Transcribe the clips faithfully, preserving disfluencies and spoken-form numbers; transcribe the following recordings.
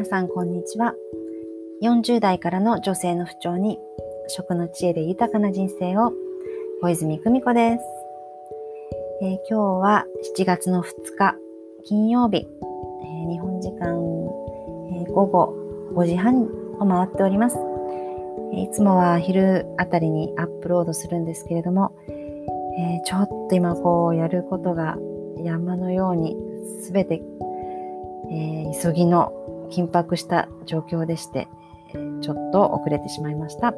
さんこんにちは。よんじゅう代からの女性の不調に食の知恵で豊かな人生を、小泉久美子です。えー、今日はしちがつのふつか金曜日、えー、日本時間、えー、午後ごじはんを回っております。えー、いつもは昼あたりにアップロードするんですけれども、えー、ちょっと今こうやることが山のようにすべて、えー、急ぎの緊迫した状況でして、ちょっと遅れてしまいました。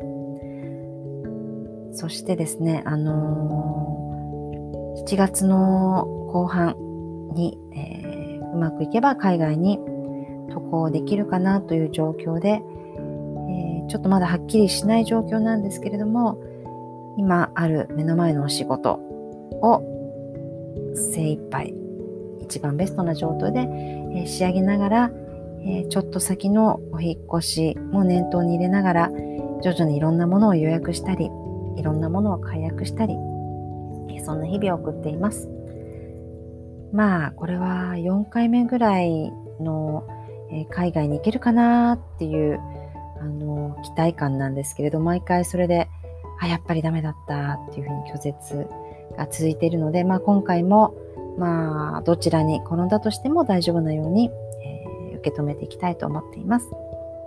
そしてですね、あのー、しちがつの後半に、えー、うまくいけば海外に渡航できるかなという状況で、えー、ちょっとまだはっきりしない状況なんですけれども、今ある目の前のお仕事を精一杯一番ベストな状態で、えー、仕上げながら、えー、ちょっと先のお引っ越しも念頭に入れながら、徐々にいろんなものを予約したり、いろんなものを解約したり、えー、そんな日々を送っています。まあこれはよんかいめぐらいの、えー、海外に行けるかなっていうあの期待感なんですけれど、毎回それであやっぱりダメだったっていうふうに拒絶が続いているので、まあ今回もまあどちらに転んだとしても大丈夫なように受け止めていきたいと思っています。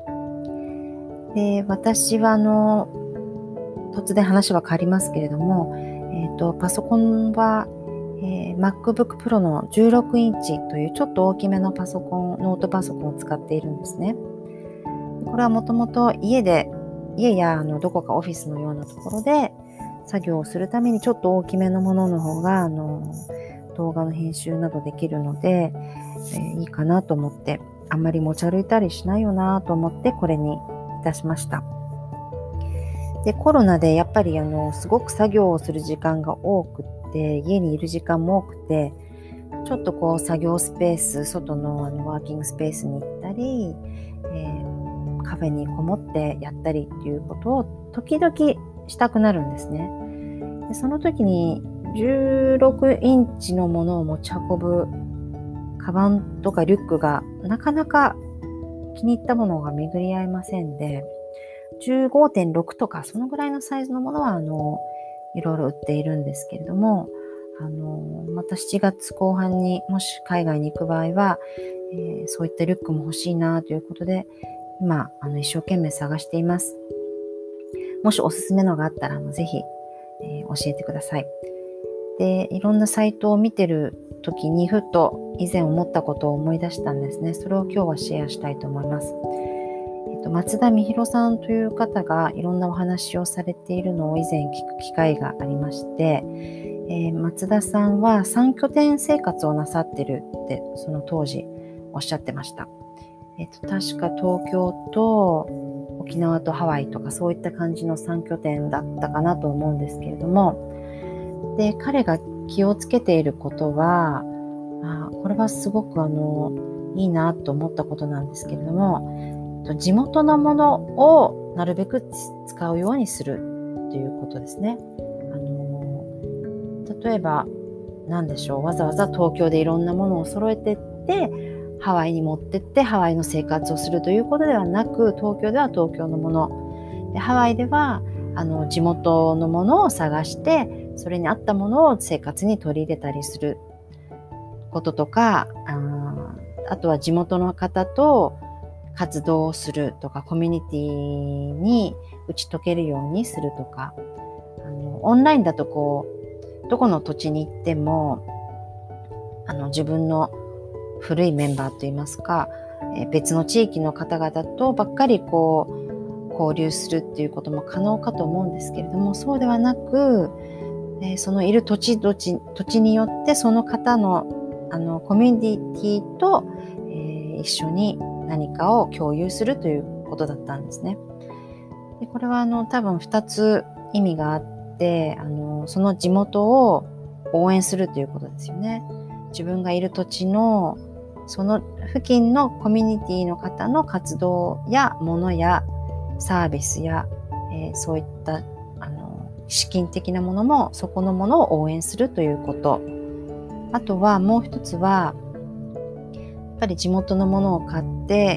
で、私はあの突然話は変わりますけれども、えーと、パソコンは、えー、MacBook Pro のじゅうろくインチというちょっと大きめのパソコン、ノートパソコンを使っているんですね。これはもともと家で、家やあのどこかオフィスのようなところで作業をするためにちょっと大きめのものの方があの動画の編集などできるので、えー、いいかなと思って、あんまり持ち歩いたりしないよなと思ってこれにいたしました。で、コロナでやっぱりあのすごく作業をする時間が多くて、家にいる時間も多くて、ちょっとこう作業スペース、外のあのワーキングスペースに行ったり、えー、カフェにこもってやったりっていうことを時々したくなるんですね。で、その時にじゅうろくインチのものを持ち運ぶカバンとかリュックがなかなか気に入ったものが巡り合いませんで、じゅうごてんろく とかそのぐらいのサイズのものはあのいろいろ売っているんですけれども、あのまたしちがつこう半にもし海外に行く場合は、えー、そういったリュックも欲しいなということで、今あの一生懸命探しています。もしおすすめのがあったらあのぜひ、えー、教えてください。で、いろんなサイトを見てる時にふと以前思ったことを思い出したんですね。それを今日はシェアしたいと思います。えっと、松田美弘さんという方がいろんなお話をされているのを以前聞く機会がありまして、えー、松田さんはさん拠点生活をなさってるってその当時おっしゃってました。えっと、確か東京と沖縄とハワイとかそういった感じのさん拠点だったかなと思うんですけれども、で、彼が気をつけていることは、あ、これはすごくあのいいなと思ったことなんですけれども、地元のものをなるべく使うようにするということですね。あの例えば何でしょう、わざわざ東京でいろんなものを揃えてってハワイに持ってってハワイの生活をするということではなく、東京では東京のもので、ハワイではあの地元のものを探してそれに合ったものを生活に取り入れたりすることとか、あ, あとは地元の方と活動をするとか、コミュニティに打ち解けるようにするとか、あのオンラインだとこうどこの土地に行ってもあの自分の古いメンバーといいますか、え別の地域の方々とばっかりこう交流するっていうことも可能かと思うんですけれども、そうではなく、えー、そのいる土地土地土地によってその方のあのコミュニティと、えー、一緒に何かを共有するということだったんですね。で、これはあの多分ふたつ意味があって、あのその地元を応援するということですよね。自分がいる土地のその付近のコミュニティの方の活動やものやサービスや、えー、そういったあの資金的なものもそこのものを応援するということ。あとはもう一つはやっぱり地元のものを買ってあの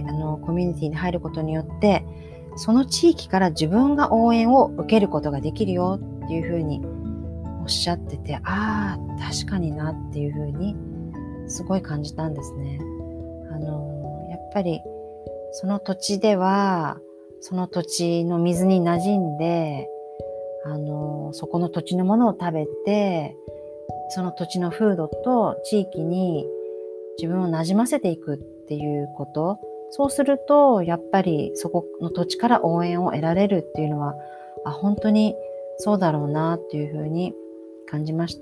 コミュニティに入ることによって、その地域から自分が応援を受けることができるよっていうふうにおっしゃってて、ああ確かになっていうふうにすごい感じたんですね。あのやっぱりその土地ではその土地の水に馴染んで、あのそこの土地のものを食べて、その土地の風土と地域に自分を馴染ませていくっていうこと、そうするとやっぱりそこの土地から応援を得られるっていうのは、あ本当にそうだろうなっていうふうに感じました。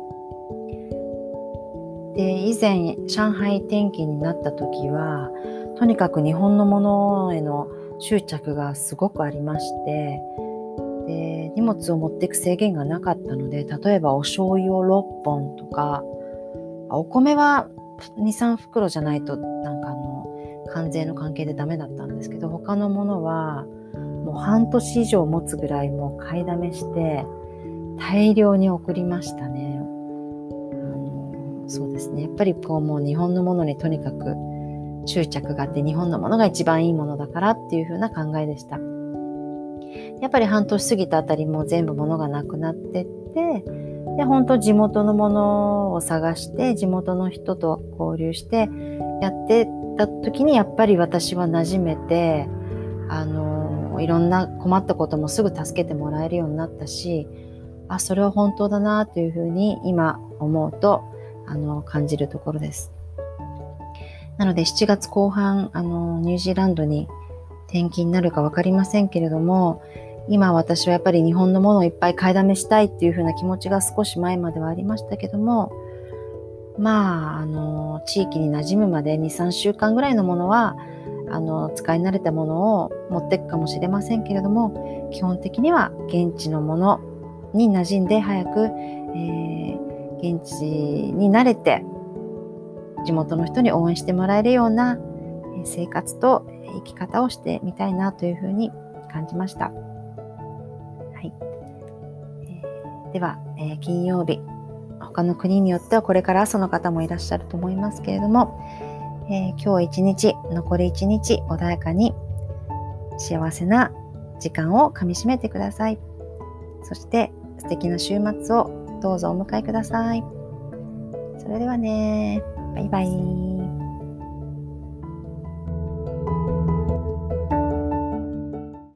で、以前上海転勤になった時は、とにかく日本のものへの執着がすごくありまして、で荷物を持っていく制限がなかったので、例えばお醤油をろっぽんとか、お米はに、さん袋じゃないとなんかあの関税の関係でダメだったんですけど、他のものはもう半年以上持つぐらいもう買いだめして大量に送りましたね。あのそうですね、やっぱりこうもう日本のものにとにかく執着があって、日本のものが一番いいものだからっていう風な考えでした。やっぱり半年過ぎたあたりもう全部物がなくなってって、で本当地元のものを探して地元の人と交流してやってた時に、やっぱり私は馴染めて、あのいろんな困ったこともすぐ助けてもらえるようになったし、あそれは本当だなというふうに今思うとあの感じるところです。なのでしちがつこう半あのニュージーランドに転勤になるか分かりませんけれども、今私はやっぱり日本のものをいっぱい買いだめしたいっていう風な気持ちが少し前まではありましたけども、まああの地域に馴染むまで に、さんしゅうかんぐらいのものはあの使い慣れたものを持っていくかもしれませんけれども、基本的には現地のものに馴染んで早く、えー、現地に慣れて地元の人に応援してもらえるような生活と生き方をしてみたいなというふうに感じました。はい。えー、では、えー、金曜日、他の国によってはこれから朝の方もいらっしゃると思いますけれども、えー、今日一日、残り一日穏やかに幸せな時間をかみしめてください。そして素敵な週末をどうぞお迎えください。それではね、バイバイ。